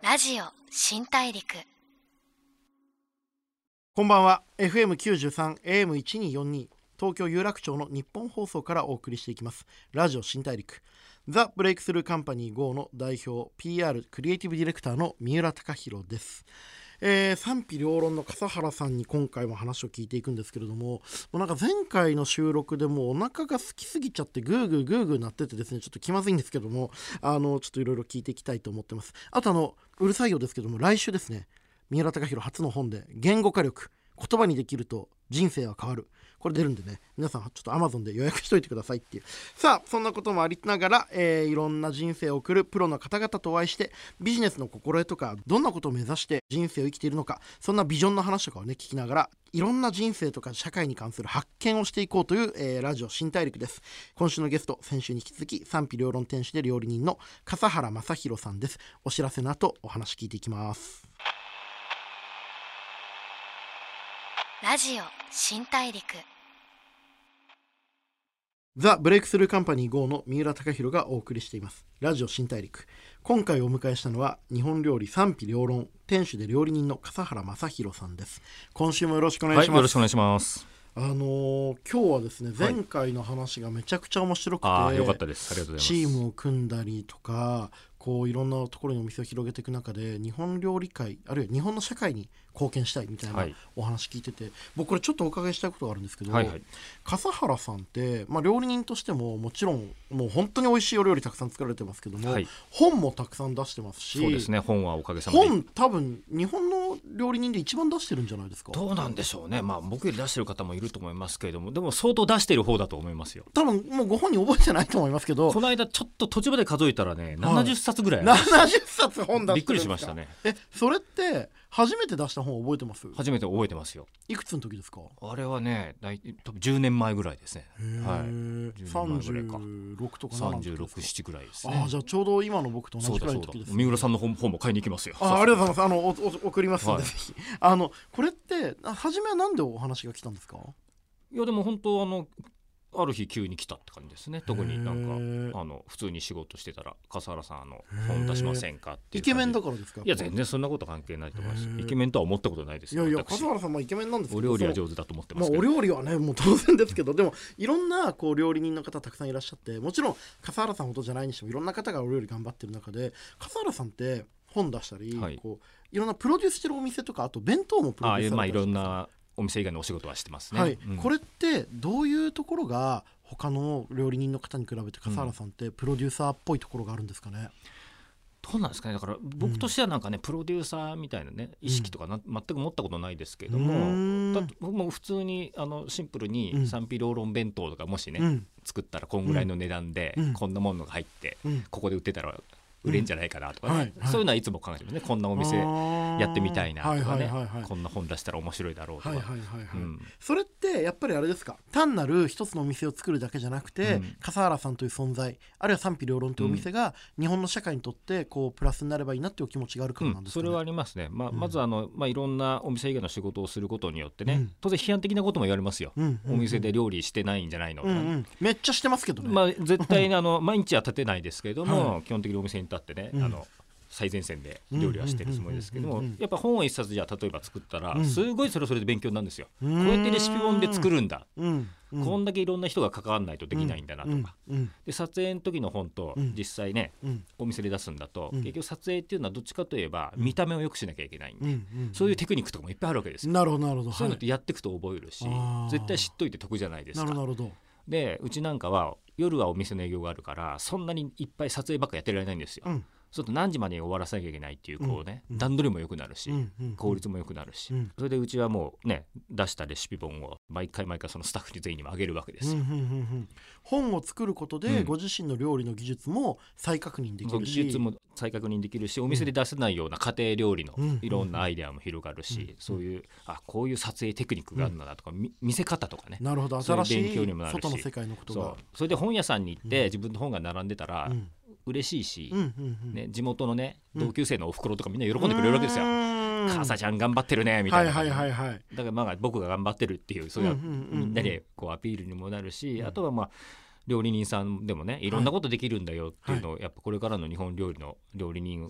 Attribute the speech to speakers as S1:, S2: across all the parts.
S1: ラジオ新大陸。
S2: こんばんは。 FM93 AM1242 東京有楽町の日本放送からお送りしていきますラジオ新大陸。ザ・ブレイクスルーカンパニー GO の代表 PR クリエイティブディレクターの三浦貴大です。賛否両論の笠原さんに今回も話を聞いていくんですけれども、なんか前回の収録でもお腹が空きすぎちゃってグーグーなっててですね、ちょっと気まずいんですけども、ちょっといろいろ聞いていきたいと思ってます。あとうるさいようですけども、来週ですね、三浦貴大初の本で言語化力、言葉にできると人生は変わる、これ出るんでね、皆さんちょっと Amazon で予約しといてくださいっていう。さあ、そんなこともありながら、いろんな人生を送るプロの方々とお会いして、ビジネスの心得とかどんなことを目指して人生を生きているのか、そんなビジョンの話とかをね聞きながら、いろんな人生とか社会に関する発見をしていこうという、ラジオ新大陸です。今週のゲスト、先週に引き続き賛否両論店主で料理人の笠原正宏さんです。お知らせの後お話聞いていきます。
S1: ラジオ新大陸。
S2: ザ・ブレイクスルーカンパニー GO の三浦貴大がお送りしていますラジオ新大陸。今回お迎えしたのは日本料理賛否両論店主で料理人の笠原正宏さんです。今週もよろしくお願いします。
S3: はい、よろしくお願いします。
S2: 今日はですね、前回の話がめちゃくちゃ面白くて、
S3: よかったです。ありがとうございます。
S2: チームを組んだりとか、こういろんなところにお店を広げていく中で、日本料理界あるいは日本の社会に貢献したいみたいなお話聞いてて、僕これちょっとお伺いしたいことがあるんですけど、笠原さんって、料理人としてももちろんもう本当に美味しいお料理たくさん作られてますけども、本もたくさん出してますし。
S3: そうですね、本はおかげさまで。
S2: 本多分日本の料理人で一番出してるんじゃないですか。
S3: どうなんでしょうね。僕より出してる方もいると思いますけれども、でも相当出してる方だと思いますよ。
S2: 多分もうご本人覚えてないと思いますけど、
S3: この間ちょっと途中まで数えたらね、70冊ぐらい
S2: ある。70冊本出してるんですか。
S3: びっくりしましたね。
S2: それって初めて出した本覚えてます？
S3: 初めて覚えてますよ。
S2: いくつの時ですか？
S3: あれはね、多分10年前ぐらいですね。
S2: 36とか
S3: 36、7ぐらいですね。
S2: じゃあちょうど今の僕と同じくらいの時ですね。
S3: 三浦さんの本も買いに行きますよ。
S2: ありがとうございます。送りますので、ぜひ。これって初めはなんでお話が来たんですか？
S3: いやでも本当ある日急に来たって感じですね。特になんか普通に仕事してたら、笠原さん本出しませんかっていう。
S2: イケメンだからですか？
S3: いや全然そんなこと関係ないと思います。イケメンとは思ったことないですよ。
S2: いや笠原さんもイケメンなんですけど、
S3: お料理は上手だと思ってますけど、
S2: お料理はねもう当然ですけど、でもいろんな料理人の方たくさんいらっしゃって、もちろん笠原さんほどじゃないにしてもいろんな方がお料理頑張ってる中で、笠原さんって本出したり、いろんなプロデュースしてるお店とか、あと弁当もプロデュースされたり、
S3: いろんなお店以外のお仕事はしてますね。
S2: これってどういうところが他の料理人の方に比べて笠原さんってプロデューサーっぽいところがあるんですかね？
S3: どうなんですかね。だから僕としてはなんかね、プロデューサーみたいなね意識とか全く持ったことないですけども、僕も普通にシンプルに賛否両論弁当とかもしね、作ったらこんぐらいの値段でこんなものが入って、ここで売ってたら売れんじゃないかなとかね、そういうのはいつも考えてますね。こんなお店やってみたいなとかね、こんな本出したら面白いだろうとか。
S2: それってやっぱりあれですか、単なる一つのお店を作るだけじゃなくて、笠原さんという存在、あるいは賛否両論というお店が日本の社会にとってプラスになればいいなっていうお気持ちがあるからなんですかね？
S3: それはありますね。まずいろんなお店以外の仕事をすることによってね、当然批判的なことも言われますよ。お店で料理してないんじゃないのとかね。
S2: めっちゃしてますけどね。
S3: 絶対に毎日は立てないですけれども、基本的にお店に立ってね、最前線で料理はしてるつもりですけども、やっぱ本を一冊じゃ例えば作ったら、すごいそれで勉強になるんですよ。こうやってレシピ本で作るんだ、こんだけいろんな人が関わらないとできないんだなとか、で撮影の時の本と実際ね、お店で出すんだと、結局撮影っていうのはどっちかといえば見た目を良くしなきゃいけないんで、そういうテクニックとかもいっぱいあるわけですよ。
S2: なるほど。
S3: そういうのってやっていくと覚えるし、絶対知っといて得じゃないですか。
S2: なるほど。
S3: でうちなんかは夜はお店の営業があるから、そんなにいっぱい撮影ばっかやってられないんですよ。そうすると何時までに終わらせなきゃいけないっていう段取りも良くなるし、効率も良くなるし、それでうちはもうね、出したレシピ本を毎回そのスタッフに全員にもあげるわけですよ。
S2: 本を作ることでご自身の料理の技術も再確認できるし、
S3: 技術も再確認できるし、お店で出せないような家庭料理のいろんなアイデアも広がるし、そういうこういう撮影テクニックがあるんだなとか、見せ方とかね、
S2: なるほど、新しい外の世界のことが。
S3: それで本屋さんに行って自分の本が並んでたら嬉しいし、地元のね同級生のおふくろとかみんな喜んでくれるわけですよ。笠ちゃん頑張ってるねみたいな。だから僕が頑張ってるっていう、そういうみんなでアピールにもなるし、あとは料理人さんでもね、いろんなことできるんだよっていうのを、やっぱこれからの日本料理の料理人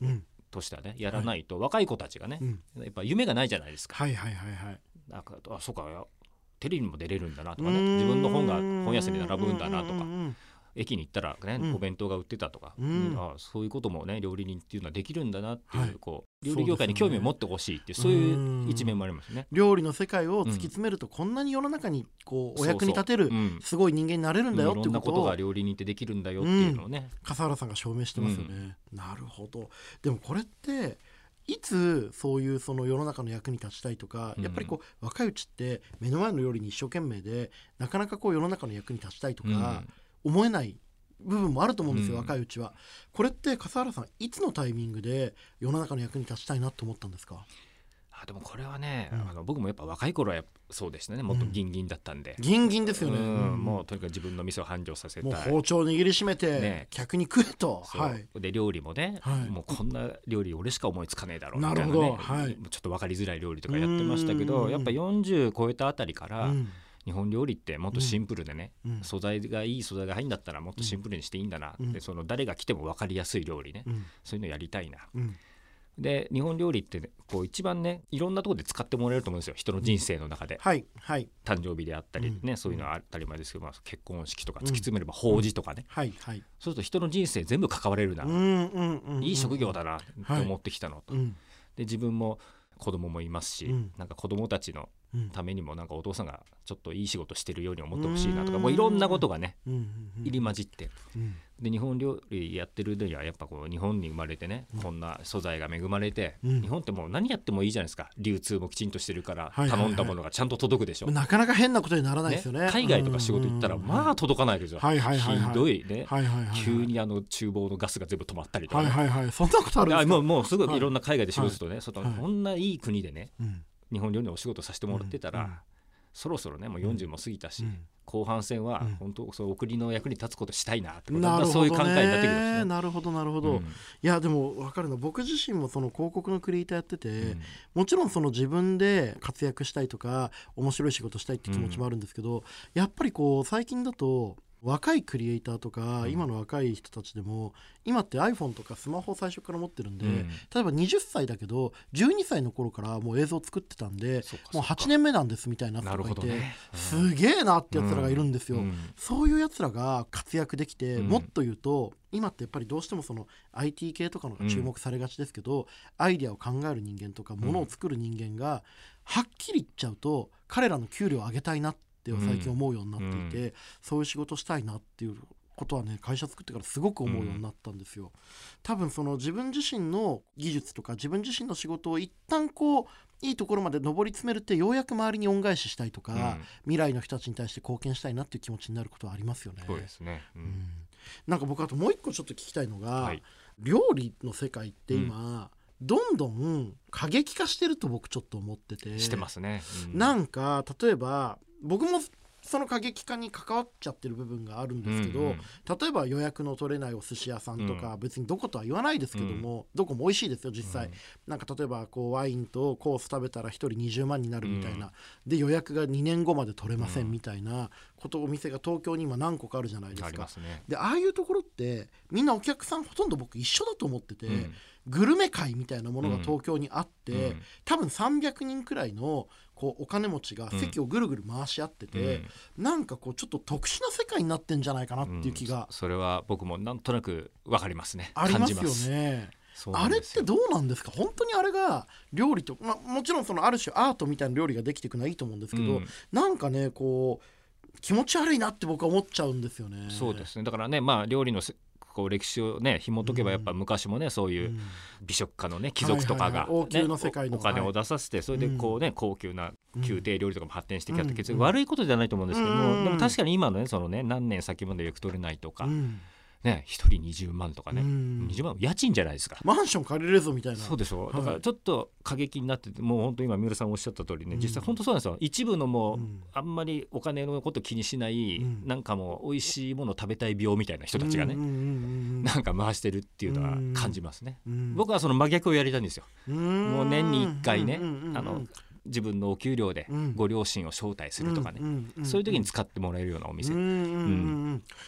S3: としてはねやらないと、若い子たちがね、やっぱ夢がないじゃないですか。
S2: はいはいはいはい。
S3: なんかそうかテレビにも出れるんだなとかね、自分の本が本屋さんに並ぶんだなとか、駅に行ったらね、お弁当が売ってたとか、そういうこともね料理人っていうのはできるんだなっていう、はい、こう料理業界に興味を持ってほしいっていう、そういう一面もありますね。
S2: 料理の世界を突き詰めると、こんなに世の中にこうお役に立てるすごい人間になれるんだよっていうことを、いろんな
S3: ことが料理人ってできるんだよっていうのをね、
S2: 笠原さんが証明してますよね。なるほど。でもこれっていつそういうその世の中の役に立ちたいとか、やっぱりこう若いうちって目の前の料理に一生懸命で、なかなかこう世の中の役に立ちたいとか思えない部分もあると思うんですよ、若いうちは。これって笠原さんいつのタイミングで世の中の役に立ちたいなと思ったんですか？
S3: でもこれはね、僕もやっぱ若い頃はそうでしたね。もっとギンギンだったんで、
S2: ギンギンですよね。
S3: もうとにかく自分の店を繁盛させたい、
S2: もう包丁握りしめて、ね、客に食えと、
S3: で料理もね、もうこんな料理俺しか思いつかねえだろうみたいなね、ちょっと分かりづらい料理とかやってましたけど、やっぱ40超えたあたりから、日本料理ってもっとシンプルでね、素材がいい素材が入るんだったらもっとシンプルにしていいんだな、でその誰が来ても分かりやすい料理ね、そういうのやりたいな、で日本料理って、ね、こう一番ねいろんなところで使ってもらえると思うんですよ、人の人生の中で、誕生日であったりね、そういうのは当たり前ですけど、結婚式とか突き詰めれば法事とかね、そうすると人の人生全部関われるな、いい職業だなと思ってきたのと、で自分も子供もいますし、なんか子供たちのためにもなんかお父さんがちょっといい仕事してるように思ってほしいなとか、もういろんなことがね、入り混じって、で日本料理やってるにはやっぱこう日本に生まれてね、こんな素材が恵まれて、日本ってもう何やってもいいじゃないですか。流通もきちんとしてるから頼んだものがちゃんと届くでしょ、
S2: なかなか変なことにならないですよね。
S3: 海外とか仕事行ったらまあ届かないですよ、ひどいね、急に厨房のガスが全部止まったりとか、
S2: そんなことあるんですか？
S3: もうすごいいろんな海外で仕事するとね、こんないい国でね、日本料理のお仕事させてもらってたら、そろそろねもう40も過ぎたし、後半戦は本当そう送りの役に立つことしたいなって、そういう考えになってきますね。
S2: なるほどなるほど、いやでも分かるの、僕自身もその広告のクリエイターやってて、もちろんその自分で活躍したいとか面白い仕事したいって気持ちもあるんですけど、やっぱりこう最近だと若いクリエイターとか、今の若い人たちでも今って iPhone とかスマホを最初から持ってるんで、例えば20歳だけど12歳の頃からもう映像作ってたんで、もう8年目なんですみたいな人がいて、すげえなってやつらがいるんですよ、そういうやつらが活躍できて、もっと言うと今ってやっぱりどうしてもその IT 系とかのが注目されがちですけど、アイデアを考える人間とかものを作る人間がはっきり言っちゃうと、彼らの給料を上げたいなって最近思うようになっていて、そういう仕事したいなっていうことはね、会社作ってからすごく思うようになったんですよ。多分その自分自身の技術とか自分自身の仕事を一旦こういいところまで上り詰めるって、ようやく周りに恩返ししたいとか、未来の人たちに対して貢献したいなっていう気持ちになることはありますよね。
S3: そうですね、
S2: なんか僕あともう一個ちょっと聞きたいのが、料理の世界って今、どんどん過激化してると僕ちょっと思ってて、
S3: してますね、
S2: なんか例えば僕もその過激化に関わっちゃってる部分があるんですけど、例えば予約の取れないお寿司屋さんとか、別にどことは言わないですけども、どこも美味しいですよ実際、なんか例えばこうワインとコース食べたら1人20万になるみたいな、で予約が2年後まで取れませんみたいなことお店が東京に今何個かあるじゃないですか。でああいうところってみんなお客さんほとんど僕一緒だと思ってて、グルメ会みたいなものが東京にあって、多分300人くらいのこうお金持ちが席をぐるぐる回し合ってて、なんかこうちょっと特殊な世界になってんじゃないかなっていう気が、
S3: それは僕もなんとなく分かりますね。
S2: ありますよね。あれってどうなんですか？本当にあれが料理と、もちろんそのある種アートみたいな料理ができていくのはいいと思うんですけど、なんかねこう気持ち悪いなって僕は思っちゃうんですよね。
S3: そうですね。だからね、料理のこう歴史をね紐解けば、やっぱ昔もねそういう美食家のね貴族とかが
S2: 王宮の世界の
S3: お金を出させて、それでこうね高級な宮廷料理とかも発展してきたって、悪いことじゃないと思うんですけども、でも確かに今のねそのね何年先まで予約取れないとか、ね、1人20万とかね、20万家賃じゃないですか。
S2: マンション借りれるぞみたいな。
S3: そうでしょ、だからちょっと過激になってて、もう本当今三浦さんおっしゃった通りね、実際本当そうなんですよ。一部のもう、あんまりお金のこと気にしない、なんかもう美味しいもの食べたい病みたいな人たちがね、なんか回してるっていうのは感じますね。僕はその真逆をやりたいんですよ。もう年に1回ね、自分のお給料でご両親を招待するとかね、そういう時に使ってもらえるようなお店。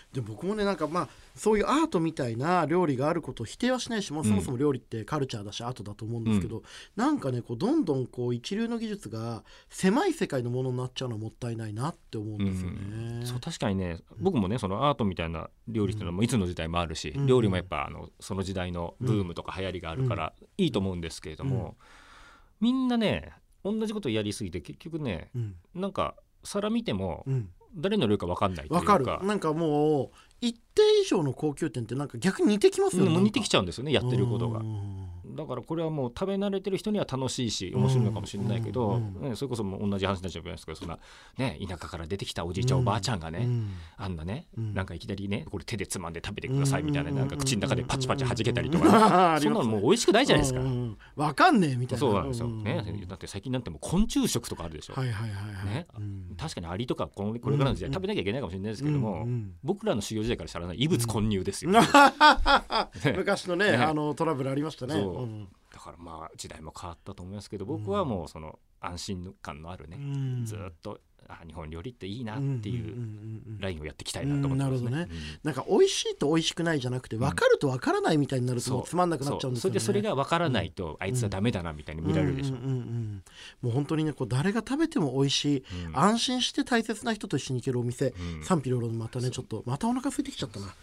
S2: で僕もねなんかそういうアートみたいな料理があることを否定はしないし、もうそもそも料理ってカルチャーだしアートだと思うんですけど、なんかねこうどんどんこう一流の技術が狭い世界のものになっちゃうのはもったいないなって思うんですよね。
S3: そう確かにね、僕もねそのアートみたいな料理っていうのもいつの時代もあるし、料理もやっぱその時代のブームとか流行りがあるからいいと思うんですけれども、みんなね同じことやりすぎて結局ね、なんか皿見ても誰の料理か分かんないというか、
S2: わかる。なんかもう一定以上の高級店ってなんか逆に似てきますよね。
S3: もう似てきちゃうんですよね、やってることが。だからこれはもう食べ慣れてる人には楽しいし面白いのかもしれないけど、それこそもう同じ話になっちゃうんですけど、そんなね田舎から出てきたおじいちゃんおばあちゃんがね、あんなね、なんかいきなりねこれ手でつまんで食べてくださいみたいな、なんか口の中でパチパチ弾けたりとか、そんなのもう美味しくないじゃないですか。
S2: わかんねえみたいな。
S3: そうなんですよね。だって最近なんてもう昆虫食とかあるでしょ。
S2: はいはいはいはい、
S3: ね、確かにアリとかこれからの時代食べなきゃいけないかもしれないですけども、僕らの修行時代からしたら異物混入ですよ。
S2: 昔のねトラブルありましたね。
S3: だから時代も変わったと思いますけど、僕はもうその安心感のあるね、ずっと日本料理っていいなっていうラインをやっていきたいなと思ってますね。
S2: なるほどね。なんか美味しいと美味しくないじゃなくて分かると分からないみたいになるともうつまんなくなっちゃうんですよね。
S3: それが分からないとあいつはダメだなみたいに見られるでしょ。
S2: もう本当にねこう誰が食べても美味しい、安心して大切な人と一緒に行けるお店、賛否両論。またねちょっとまたお腹空いてきちゃったな。はい。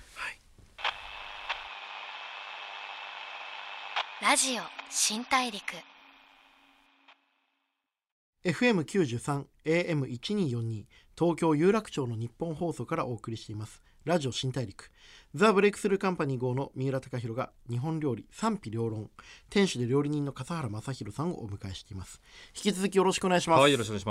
S1: ラジオ新大陸
S2: FM93 AM1242 東京有楽町の日本放送からお送りしていますラジオ新大陸。ザ・ブレイクスルーカンパニー号の三浦貴大が日本料理賛否両論、店主で料理人の笠原正宏さんをお迎えしています。引き続きよろしくお願いします。
S3: はい、よろしくお願いします。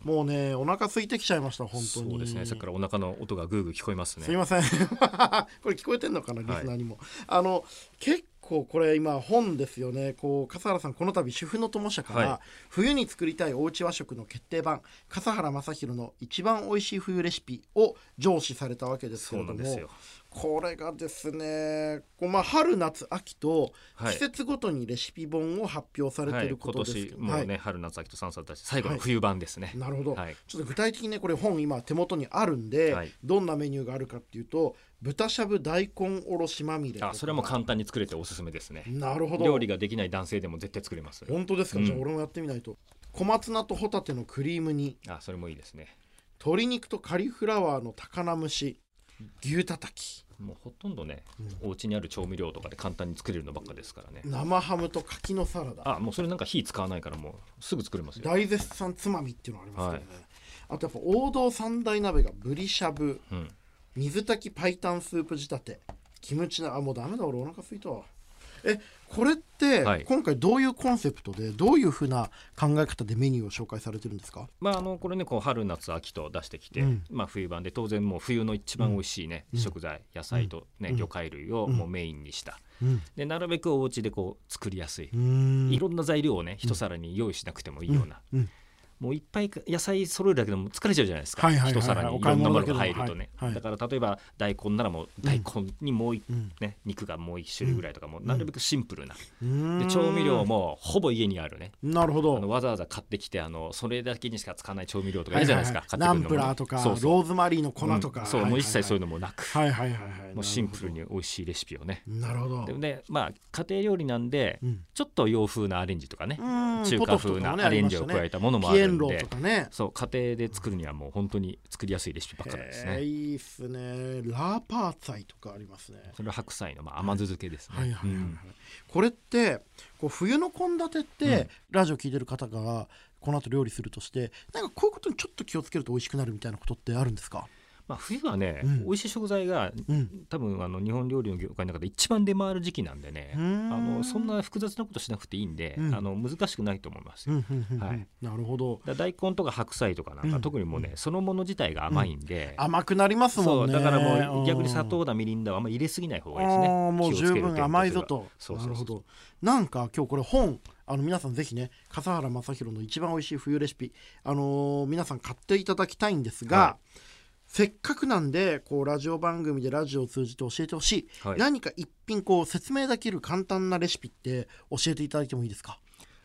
S2: もうねお腹空いてきちゃいました本当に。
S3: そうですね、さっきからお腹の音がグーグー聞こえますね。
S2: すいませんこれ聞こえてんのかなリスナーにも、結構これ今本ですよね。こう笠原さんこの度主婦の友社から、冬に作りたいおうち和食の決定版笠原正宏の一番おいしい冬レシピを上梓されたわけですけれども、
S3: そうなんですよ。
S2: これがですね春夏秋と季節ごとにレシピ本を発表されていることですけど、
S3: 今年もうね、春夏秋と3冊出して最後の冬版ですね。
S2: なるほど、ちょっと具体的にねこれ本今手元にあるんで、どんなメニューがあるかっていうと豚しゃぶ大根おろしまみれとか。
S3: それも簡単に作れておすすめですね。
S2: なるほど。
S3: 料理ができない男性でも絶対作れます。
S2: 本当ですか、じゃあ俺もやってみないと。小松菜とホタテのクリーム煮、
S3: それもいいですね。
S2: 鶏肉とカリフラワーの高菜蒸し、牛たたき、
S3: もうほとんどね、お家にある調味料とかで簡単に作れるのばっかですからね。
S2: 生ハムと柿のサラダ、
S3: もうそれなんか火使わないからもうすぐ作れますよ。
S2: 大絶賛つまみっていうのありますけどね、あとやっぱ王道三大鍋がぶりしゃぶ、水炊き白湯スープ仕立て、キムチなもうダメだ俺お腹すいたわ。これって、今回どういうコンセプトでどういうふうな考え方でメニューを紹介されてるんですか？
S3: これねこう春夏秋と出してきて、冬版で当然もう冬の一番おいしいね、食材野菜と、魚介類をもうメインにした、でなるべくお家でこう作りやすい、いろんな材料をね一皿に用意しなくてもいいような、もういっぱい野菜揃えるだけでも疲れちゃうじゃないですか、一皿にいろんなものが入るとね、だから例えば大根ならもう大根にもう肉がもう1種類ぐらいとかもなるべくシンプルな、で調味料もほぼ家にあるね。
S2: なるほど。
S3: わざわざ買ってきてそれだけにしか使わない調味料とかいるじゃないですか、
S2: ナンプラーとかローズマリーの粉とか、
S3: もう一切そういうのもなく、もうシンプルに美味しいレシピをね。
S2: なるほど。
S3: でもね家庭料理なんでちょっと洋風なアレンジとかね、中華風なアレンジを加えたものもあるんで、そう家庭で作るにはもう本当に作りやすいレシピばっかりですね。
S2: いいっすね。ラーパーツァイとかありますね。
S3: それは白菜の甘酢漬けですね。
S2: これってこう冬の献立って、ラジオ聞いてる方がこの後料理するとしてなんかこういうことにちょっと気をつけると美味しくなるみたいなことってあるんですか？
S3: 冬はね、美味しい食材が、多分日本料理の業界の中で一番出回る時期なんでね、そんな複雑なことしなくていいんで、難しくないと思いますよ。
S2: なるほど。
S3: 大根とか白菜とかなんか、特にもうねそのもの自体が甘いんで、
S2: 甘くなりますもんね。
S3: だからもう逆に砂糖だみりんだはあんまり入れすぎない方がいいですね。
S2: もう十分甘いぞと。
S3: な
S2: るほど。なんか今日これ本皆さんぜひね笠原正宏の一番おいしい冬レシピ皆さん買っていただきたいんですが、せっかくなんでこうラジオ番組でラジオを通じて教えてほしい、何か一品こう説明できる簡単なレシピって教えていただいてもいいですか？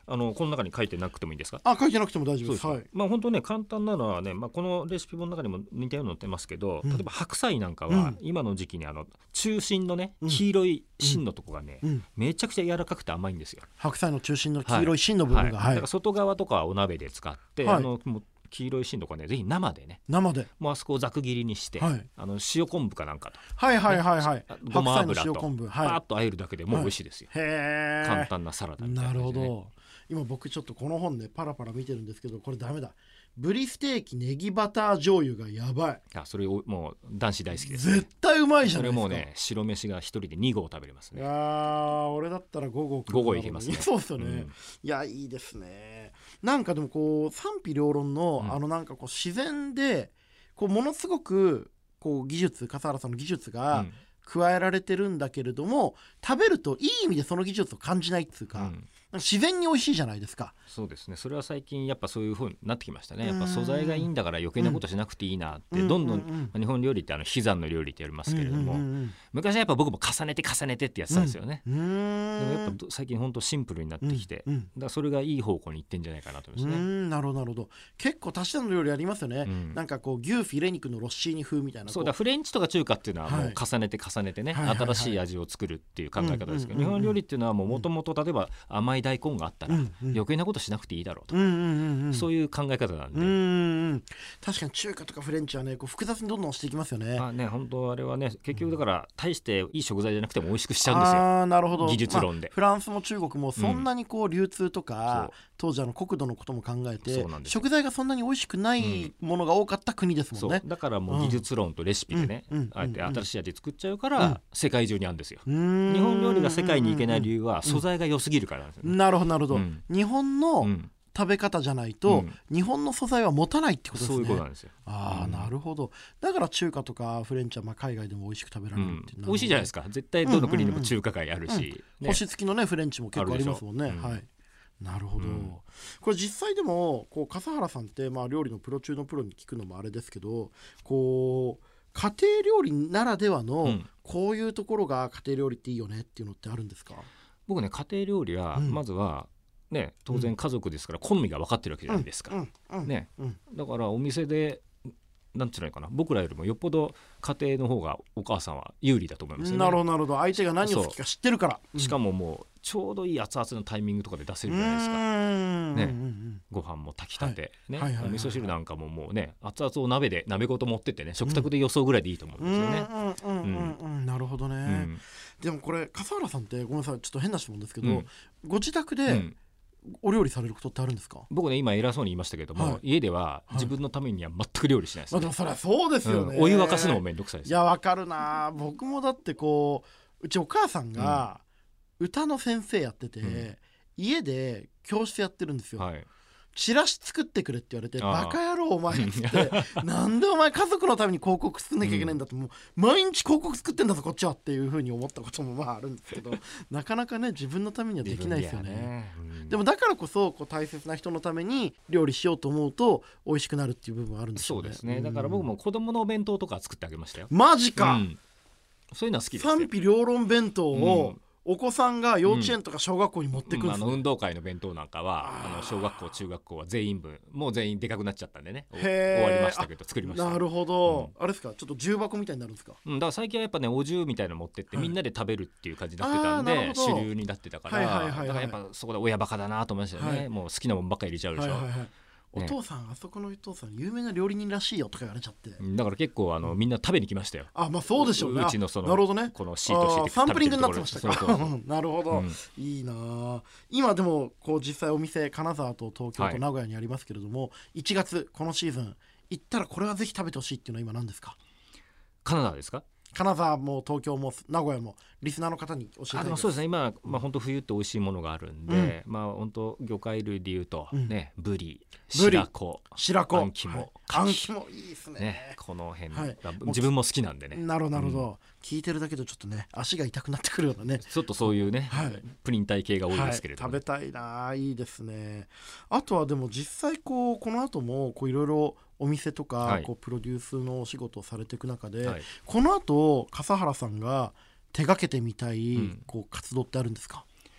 S3: この中に書いてなくてもいいんですか？
S2: 書いてなくても大丈夫です。はい。
S3: 本当ね簡単なのはね、このレシピ本の中にも似たように載ってますけど、例えば白菜なんかは、今の時期に中心のね黄色い芯のとこがね、めちゃくちゃ柔らかくて甘いんですよ。
S2: 白菜の中心の黄色い芯の部分が、
S3: だから外側とかはお鍋で使って、もう黄色い芯とかね、ぜひ生でね、もうあそこをざく切りにして、塩昆布かなんかと、ごま油とパーッと和えるだけでもう美味しいですよ。簡単なサラダみたいな感じでね。
S2: なるほど。今僕ちょっとこの本ねパラパラ見てるんですけど、これダメだ。ブリステーキネギバター醤油がやばい。
S3: それもう男子大好きです、ね、
S2: 絶対うまいじゃないですか。
S3: それもうね白飯が一人で2合食べれますね。
S2: 俺だったら5合
S3: いけますね。
S2: そうですよね、いやいいですね。なんかでもこう賛否両論の、なんかこう自然でこうものすごくこう笠原さんの技術が加えられてるんだけれども、食べるといい意味でその技術を感じないっていうか、自然に美味しいじゃないですか。
S3: そうですね。それは最近やっぱそういう風になってきましたね。やっぱ素材がいいんだから余計なことしなくていいなって、どんどん日本料理って悲願の料理って言われますけれども、昔はやっぱ僕も重ねてってやってたんですよね。でもやっぱ最近本当シンプルになってきて、だからそれがいい方向にいってんじゃないかなと思いますね。
S2: なるほど。結構足し算の料理ありますよね。なんかこう牛フィレ肉のロッシーニ風みたいな。
S3: そうだ、フレンチとか中華っていうのはもう重ねてね、新しい味を作るっていう考え方ですけど、日本料理っていうのはもともと例えば甘い大根があったら余計なことしなくていいだろうと、そういう考え方なんで、
S2: 確かに中華とかフレンチはねこう複雑にどんどんしていきますよね。
S3: 本当あれはね結局だから大していい食材じゃなくても美味しくしちゃうんですよ。
S2: なるほど。
S3: 技術論で、
S2: フランスも中国もそんなにこう流通とか、当時国土のことも考えて食材がそんなに美味しくないものが多かった国ですもんね。
S3: だからもう技術論とレシピでね、あえて新しい味作っちゃうから、世界中にあるんですよ。日本料理が世界に行けない理由は素材が良すぎるからなんですよね。
S2: なるほど、日本の食べ方じゃないと、日本の素材は持たないってことですね。
S3: そういうことなんですよ。
S2: なるほど。だから中華とかフレンチは海外でも美味しく食べられるっていう、
S3: 美味しいじゃないですか。絶対どの国にも中華街あるし、
S2: 星付きのねフレンチも結構ありますもんね。なるほど、これ実際でもこう笠原さんって、料理のプロ中のプロに聞くのもあれですけど、こう家庭料理ならではの、こういうところが家庭料理っていいよねっていうのってあるんですか？
S3: 僕ね家庭料理はまずは、当然家族ですから好みが分かってるわけじゃないですか。だからお店でなんていうのかな、僕らよりもよっぽど家庭の方がお母さんは有利だと思いますよね。
S2: なるほど。相手が何を好きか知ってるから、
S3: しかももうちょうどいい熱々のタイミングとかで出せるじゃないですか。ご飯も炊きたて、お味噌汁なんかももうね熱々を鍋ごと持ってってね、食卓で予想ぐらいでいいと思うんですよね。
S2: なるほどね。でもこれ笠原さんってごめんなさいちょっと変な質問ですけど、ご自宅でお料理されることってあるんですか？
S3: 僕ね今偉そうに言いましたけども、家では自分のためには全く料理しないですね。
S2: でもそりゃそうですよね。
S3: お湯沸かすのもめんどくさいです。
S2: いやわかるな。僕もだってこううちお母さんが歌の先生やってて、家で教室やってるんですよ。チラシ作ってくれって言われて、バカ野郎お前っつってなんでお前家族のために広告作んなきゃいけないんだと、もう毎日広告作ってんだぞこっちはっていう風に思ったこともあるんですけどなかなかね自分のためにはできないですよね。でもだからこそこう大切な人のために料理しようと思うと美味しくなるっていう部分はあるんでしょうね。
S3: そうですね。だから僕も子供のお弁当とか作ってあげましたよ。
S2: マジか、
S3: そういうのは好きですよ。
S2: 賛否両論弁当を、お子さんが幼稚園とか小学校に持ってくるんですね。
S3: 運動会の弁当なんかは小学校中学校は全員分もう全員でかくなっちゃったんでね、終わりましたけど作りました。
S2: なるほど、あれですか、ちょっと重箱みたいになるんですか？
S3: だから最近はやっぱねお重みたいなの持ってってみんなで食べるっていう感じになってたんで、主流になってたから、だからやっぱそこで親バカだなと思いましたよね。もう好きなもんばっかり入れちゃうでしょ。
S2: お父さんあそこのお父さん有名な料理人らしいよとか言われちゃって、
S3: だから結構みんな食べに来ましたよ。
S2: そうでしょうね。
S3: うちのその
S2: なるほどね、
S3: このシート敷いて
S2: サンプリングになってましたか。なるほど、いいな。今でもこう実際お店金沢と東京と名古屋にありますけれども、1月このシーズン行ったらこれはぜひ食べてほしいっていうのは今何ですか？
S3: 金沢ですか？
S2: 金沢も東京も名古屋もリスナーの方に教えていただきます。
S3: そうですね。今本当冬って美味しいものがあるんで、本当魚介類でいうとね、ブリ、白子、あん肝、
S2: あん肝いいですね。
S3: この辺が自分も好きなんでね。
S2: なるほど、聞いてるだけでちょっとね足が痛くなってくるようなね、
S3: ちょっとそういうねプリン体系が多いですけれども、
S2: 食べたいな。いいですね。あとはでも実際この後もいろいろお店とかプロデュースのお仕事をされていく中で、この後笠原さんが手掛けてみたい活動ってあるんですか？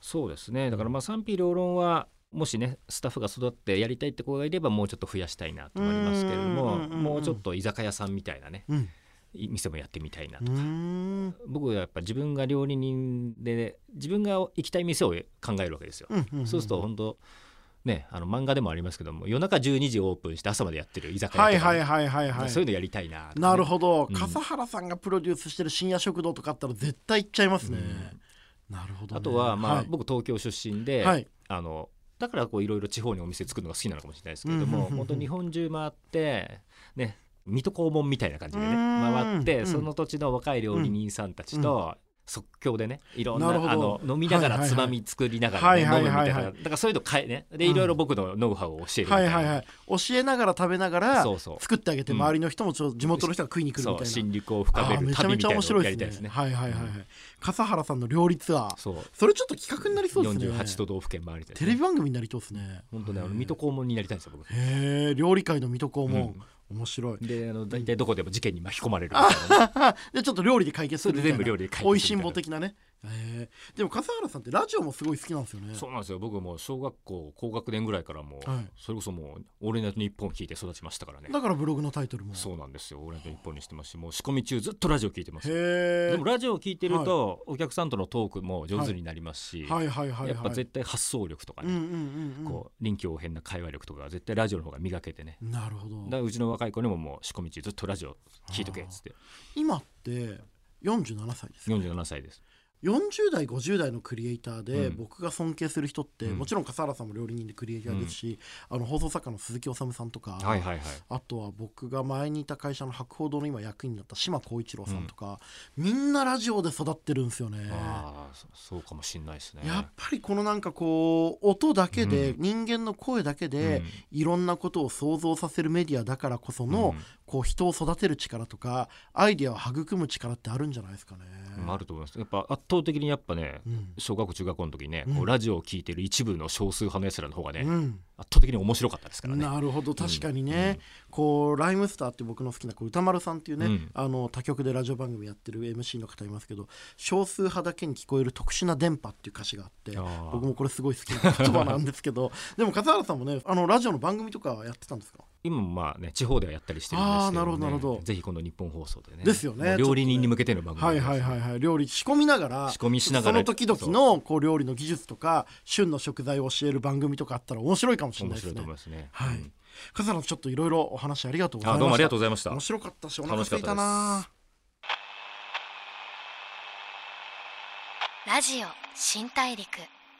S3: そうですね。だからまあ賛否両論はもしねスタッフが育ってやりたいって子がいればもうちょっと増やしたいなともありますけれども、もうちょっと居酒屋さんみたいなね、店もやってみたいなとか。僕はやっぱ自分が料理人で自分が行きたい店を考えるわけですよ。そうすると本当ね、漫画でもありますけども夜中12時オープンして朝までやってる居酒屋とか、そういうのやりたいなとか、ね、
S2: なるほど、笠原さんがプロデュースしてる深夜食堂とかあったら絶対行っちゃいますね、なるほど、ね、
S3: あとは、まあ僕東京出身で、だからこういろいろ地方にお店作るのが好きなのかもしれないですけれども、本当日本中回ってね水戸黄門みたいな感じでね回って、その土地の若い料理人さんたちと、即興でねいろんな飲みながらつまみ作りながら、飲むみたいな、だからそういうの変えねでいろいろ僕のノウハウを教えるみたいな、
S2: 教えながら食べながら作ってあげて、周りの人も地元の人が食いに来るみたいな、
S3: 新緑を深める旅みたいなのをやりたいですね。
S2: 笠原さんの料理ツアー、それちょっと企画になりそうですね。
S3: 48都道府県回りたい、
S2: テレビ番組になりそうですね。
S3: 本当ね、水戸黄門になりたいんですよ僕。
S2: 料理界の水戸黄門、面白い。
S3: で大体どこでも事件に巻き込まれるみたいな、
S2: でちょっと料理で解決するみたいな、
S3: 全部料理で解決するみたいな、
S2: おいしんぼ的なね。でも笠原さんってラジオもすごい好きなんですよね。
S3: そうなんですよ。僕も小学校高学年ぐらいからもう、それこそもうオールナイトニッポン聞いて育ちましたからね。
S2: だからブログのタイトルも
S3: そうなんですよ。オールナイトニッポンにしてますし、もう仕込み中ずっとラジオ聞いてます。でもラジオ聞いてると、お客さんとのトークも上手になりますし、やっぱ絶対発想力とかね、こう臨機応変な会話力とか絶対ラジオの方が磨けてね。
S2: なるほど。
S3: だからうちの若い子にももう仕込み中ずっとラジオ聞いとけっつって。
S2: 今って47歳ですか？
S3: 47歳です。
S2: 40代50代のクリエイターで、僕が尊敬する人って、もちろん笠原さんも料理人でクリエイターですし、放送作家の鈴木おさむさんとか、あとは僕が前にいた会社の博報堂の今役員になった島光一郎さんとか、みんなラジオで育ってるんですよね。
S3: そうかもしんないですね。
S2: やっぱりこのなんかこう音だけで、人間の声だけで、いろんなことを想像させるメディアだからこその、こう人を育てる力とかアイデアを育む力ってあるんじゃないですかね。
S3: あると思います。やっぱ圧倒的にやっぱね、小学校中学校の時ね、こうラジオを聞いてる一部の少数派のやつらの方がね、圧倒的に面白かったですからね。
S2: なるほど、確かにね、こうライムスターって僕の好きな歌丸さんっていうね、他局でラジオ番組やってる MC の方いますけど、少数派だけに聞こえる特殊な電波っていう歌詞があって、僕もこれすごい好きな言葉なんですけどでも笠原さんもねラジオの番組とかやってたんですか？
S3: 今もまあね地方ではやったりしてるんですけど、
S2: なるほど。
S3: ぜひ今度日本放送でね。
S2: ですよね。
S3: 料理人に向けての番組、
S2: 料理仕込みながらその時々のこう料理の技術とか旬の食材を教える番組とかあったら面白いかもしれないですね。
S3: 面白いと思いますね。
S2: 笠原さんちょっといろいろお話ありがとうございました。
S3: どうもありがとうございました。
S2: 面白かったしお腹空いたな。
S1: ラジオ新大陸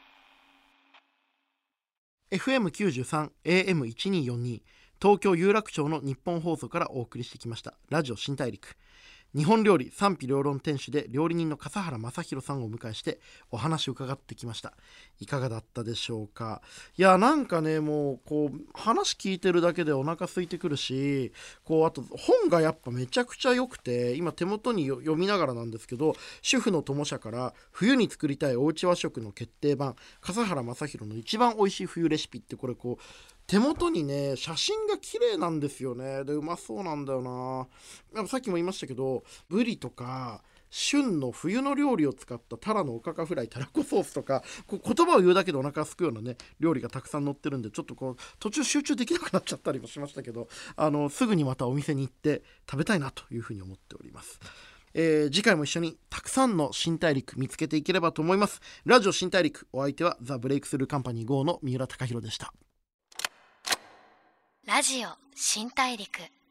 S2: FM93 AM1242 東京有楽町の日本放送からお送りしてきましたラジオ新大陸。日本料理賛否両論店主で料理人の笠原正宏さんをお迎えしてお話を伺ってきました。いかがだったでしょうか。いやなんかねもうこう話聞いてるだけでお腹空いてくるし、こうあと本がやっぱめちゃくちゃ良くて今手元に読みながらなんですけど、主婦の友社から冬に作りたいおうち和食の決定版笠原正宏の一番おいしい冬レシピって、これこう手元にね写真が綺麗なんですよね。でうまそうなんだよな。さっきも言いましたけどブリとか旬の冬の料理を使ったタラのおかかフライ、たらこソースとか、こう言葉を言うだけでお腹すくようなね料理がたくさん載ってるんで、ちょっとこう途中集中できなくなっちゃったりもしましたけど、すぐにまたお店に行って食べたいなというふうに思っております。次回も一緒にたくさんの新大陸見つけていければと思います。ラジオ新大陸、お相手はザ・ブレイクスルーカンパニー GO の三浦貴大でした。
S1: ラジオ新大陸。